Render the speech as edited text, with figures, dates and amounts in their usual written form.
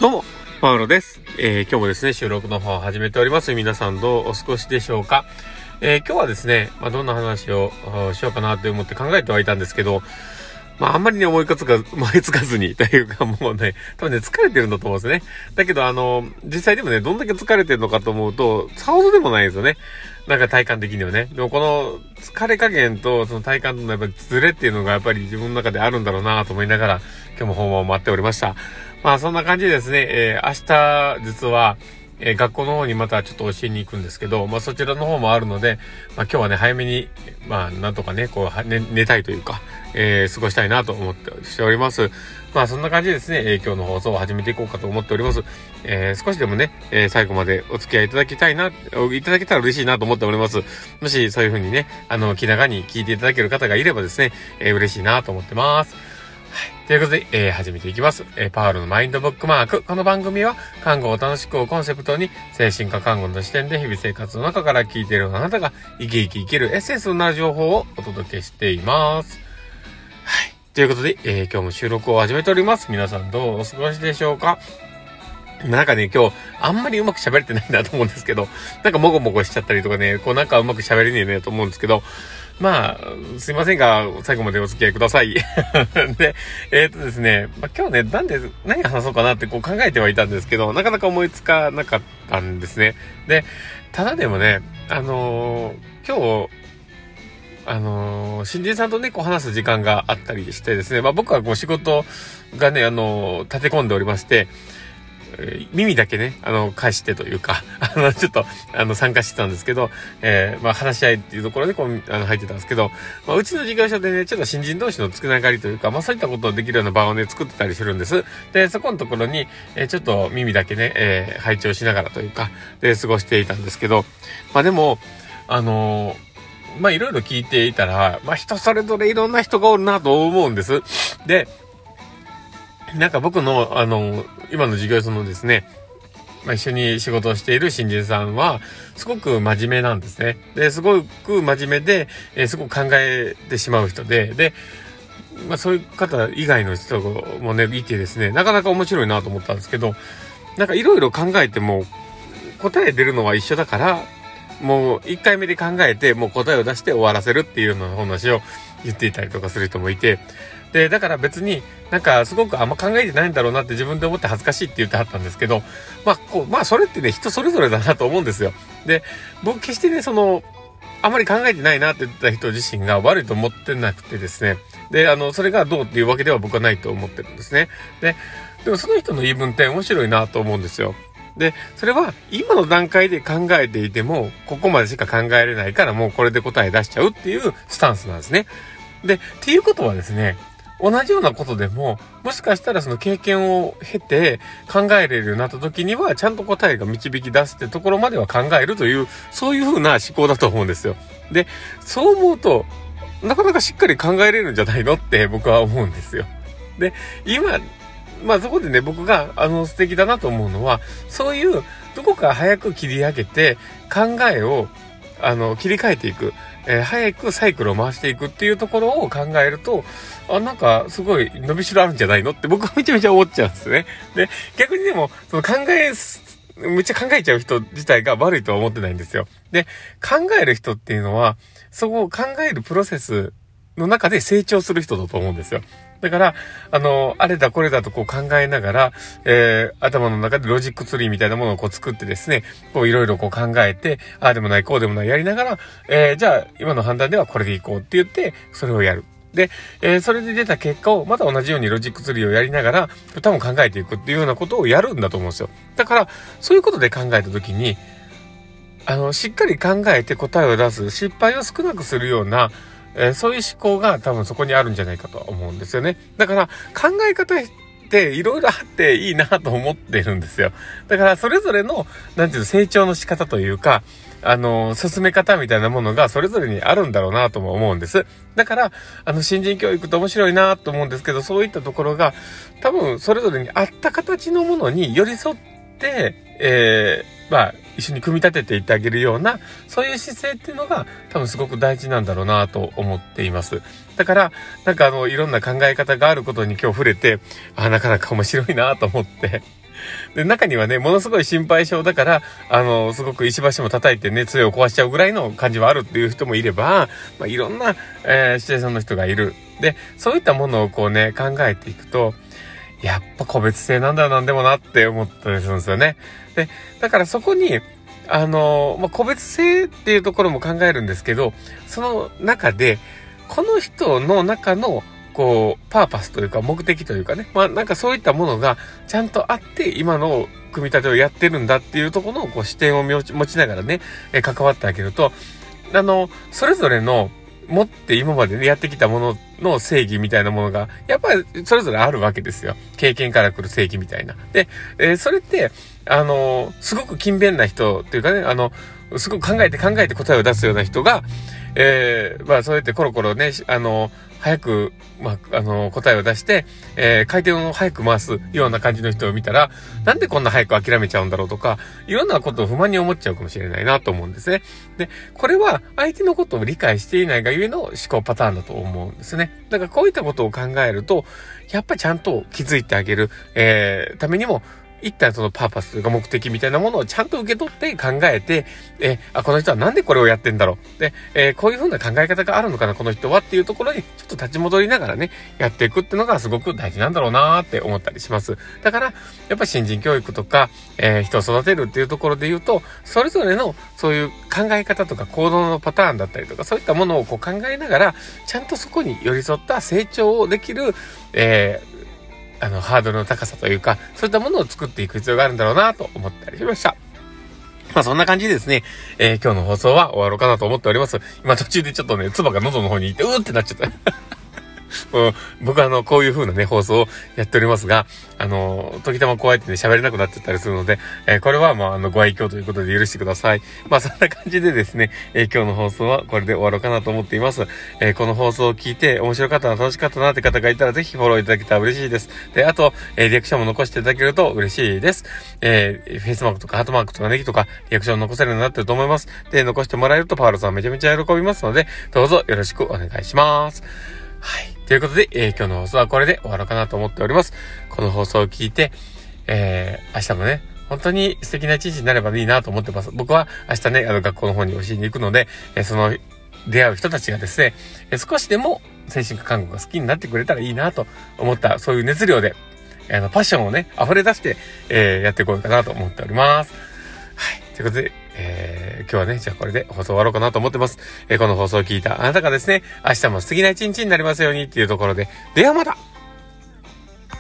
どうも、パウロです。今日もですね、収録の方を始めております。皆さんどうお過ごしでしょうか。今日はですね、どんな話をしようかなと思って考えてはいたんですけど、あんまりね、思いつかずにというか、もうね、多分ね、疲れてるんだと思うんですね。だけど、実際でもね、どんだけ疲れてるのかと思うと、さほどでもないですよね。なんか体感的にはね。でもこの疲れ加減とその体感とのやっぱりズレっていうのがやっぱり自分の中であるんだろうなと思いながら、今日も訪問を待っておりました。そんな感じでですね、明日実は、学校の方にまたちょっと教えに行くんですけど、そちらの方もあるので、今日はね、早めに、なんとかね、寝たいというか、過ごしたいなと思しております。そんな感じでですね、今日の放送を始めていこうかと思っております。少しでもね、最後までお付き合いいただけたら嬉しいなと思っております。もしそういう風にね、気長に聞いていただける方がいればですね、嬉しいなと思ってます。ということで、始めていきます。パウロのマインドブックマーク。この番組は、看護を楽しくをコンセプトに、精神科看護の視点で日々生活の中から聞いているあなたが、生きけるエッセンスのなる情報をお届けしています。はい。ということで、今日も収録を始めております。皆さんどうお過ごしでしょうか。なんかね、今日、あんまりうまく喋れてないなと思うんですけど、なんかもごもごしちゃったりとかね、なんかうまく喋れねえねと思うんですけど、すいませんが、最後までお付き合いください。で、ですね、今日ね、何話そうかなって考えてはいたんですけど、なかなか思いつかなかったんですね。で、ただでもね、今日、新人さんとね、話す時間があったりしてですね、僕は仕事がね、立て込んでおりまして、耳だけね、返してというか、ちょっと、参加してたんですけど、話し合いっていうところで入ってたんですけど、うちの事業所でね、ちょっと新人同士のつながりというか、そういったことをできるような場をね、作ってたりするんです。で、そこのところに、ちょっと耳だけね、配置をしながらというか、で、過ごしていたんですけど、でも、いろいろ聞いていたら、人それぞれいろんな人がおるなと思うんです。で、なんか僕の、今の事業所のですね、一緒に仕事をしている新人さんは、すごく真面目なんですね。で、すごく真面目で、すごく考えてしまう人で、そういう方以外の人もね、いてですね、なかなか面白いなと思ったんですけど、なんかいろいろ考えても、答え出るのは一緒だから、もう1回目で考えて、もう答えを出して終わらせるっていうような話を言っていたりとかする人もいて、で、だから別になんかすごくあんま考えてないんだろうなって自分で思って恥ずかしいって言ってはったんですけど、それってね、人それぞれだなと思うんですよ。で、僕決してね、あまり考えてないなって言った人自身が悪いと思ってなくてですね。で、それがどうっていうわけでは僕はないと思ってるんですね。でもその人の言い分って面白いなと思うんですよ。で、それは今の段階で考えていても、ここまでしか考えれないからもうこれで答え出しちゃうっていうスタンスなんですね。で、っていうことはですね、同じようなことでも、もしかしたらその経験を経て考えれるようになった時には、ちゃんと答えが導き出すってところまでは考えるという、そういう風な思考だと思うんですよ。で、そう思うと、なかなかしっかり考えれるんじゃないのって僕は思うんですよ。で、今、そこでね、僕が、素敵だなと思うのは、そういう、どこか早く切り上げて、考えを、切り替えていく。早くサイクルを回していくっていうところを考えると、なんかすごい伸びしろあるんじゃないのって僕はめちゃめちゃ思っちゃうんですね。で、逆にでも、めっちゃ考えちゃう人自体が悪いとは思ってないんですよ。で、考える人っていうのは、そこを考えるプロセスの中で成長する人だと思うんですよ。だから、あれだこれだと考えながら、頭の中でロジックツリーみたいなものを作ってですね、いろいろ考えて、ああでもないこうでもないやりながら、じゃあ今の判断ではこれでいこうって言って、それをやる。で、それで出た結果をまた同じようにロジックツリーをやりながら、多分考えていくっていうようなことをやるんだと思うんですよ。だから、そういうことで考えたときに、しっかり考えて答えを出す、失敗を少なくするような、そういう思考が多分そこにあるんじゃないかとは思うんですよね。だから考え方っていろいろあっていいなと思ってるんですよ。だからそれぞれの、成長の仕方というか、進め方みたいなものがそれぞれにあるんだろうなとも思うんです。だから、新人教育って面白いなと思うんですけど、そういったところが多分それぞれに合った形のものに寄り添って、一緒に組み立てていってあげるような、そういう姿勢っていうのが多分すごく大事なんだろうなと思っています。だから、いろんな考え方があることに今日触れて、なかなか面白いなと思って、 で、中にはね、ものすごい心配性だから、すごく石橋も叩いてね、杖を壊しちゃうぐらいの感じはあるっていう人もいれば、まあ、いろんな、シチュエーションの人がいる。で、そういったものをこうね、考えていくと、やっぱ個別性なんだよなんでもなって思ったりするんですよね。で、だからそこに、まあ、個別性っていうところも考えるんですけど、その中で、この人の中の、こう、パーパスというか目的というかね、まあなんかそういったものがちゃんとあって今の組み立てをやってるんだっていうところのこう視点を持ちながらね、関わってあげると、それぞれの持って今まで、ね、やってきたものの正義みたいなものが、やっぱりそれぞれあるわけですよ。経験から来る正義みたいな。で、それって、すごく勤勉な人っていうかね、すごく考えて答えを出すような人が、まあそうやってコロコロね、早く、まあ、答えを出して、回転を早く回すような感じの人を見たら、なんでこんな早く諦めちゃうんだろうとか、いろんなことを不満に思っちゃうかもしれないなと思うんですね。で、これは相手のことを理解していないがゆえの思考パターンだと思うんですね。だからこういったことを考えると、やっぱりちゃんと気づいてあげる、ためにも、一旦そのパーパスというか目的みたいなものをちゃんと受け取って考えて、この人はなんでこれをやってんだろう。で、こういう風な考え方があるのかな、この人はっていうところにちょっと立ち戻りながらね、やっていくっていうのがすごく大事なんだろうなーって思ったりします。だから、やっぱ新人教育とか、人を育てるっていうところで言うと、それぞれのそういう考え方とか行動のパターンだったりとか、そういったものをこう考えながら、ちゃんとそこに寄り添った成長をできる、ハードルの高さというか、そういったものを作っていく必要があるんだろうなと思ったりしました。まあそんな感じでですね、今日の放送は終わろうかなと思っております。今途中でちょっとね、唾が喉の方にいて、ってなっちゃった。僕はこういう風なね、放送をやっておりますが、時たまこうやってね、喋れなくなっちゃったりするので、これはまあ、ご愛嬌ということで許してください。まあ、そんな感じでですね、今日の放送はこれで終わろうかなと思っています。この放送を聞いて面白かったな、楽しかったなって方がいたら、ぜひフォローいただけたら嬉しいです。で、あと、リアクションも残していただけると嬉しいです。フェイスマークとかハートマークとかネギとか、リアクション残せるようになってると思います。で、残してもらえるとパウロさんめちゃめちゃ喜びますので、どうぞよろしくお願いします。はい。ということで、今日の放送はこれで終わろうかなと思っております。この放送を聞いて、明日もね、本当に素敵な一日になればいいなと思ってます。僕は明日ね、学校の方に教えに行くので、その出会う人たちがですね、少しでも精神科看護が好きになってくれたらいいなと思った、そういう熱量で、パッションをね、溢れ出して、やっていこうかなと思っております。はい。ということで、今日はね、じゃあこれで放送終わろうかなと思ってます。この放送を聞いたあなたがですね、明日も素敵な一日になりますようにっていうところで、ではまた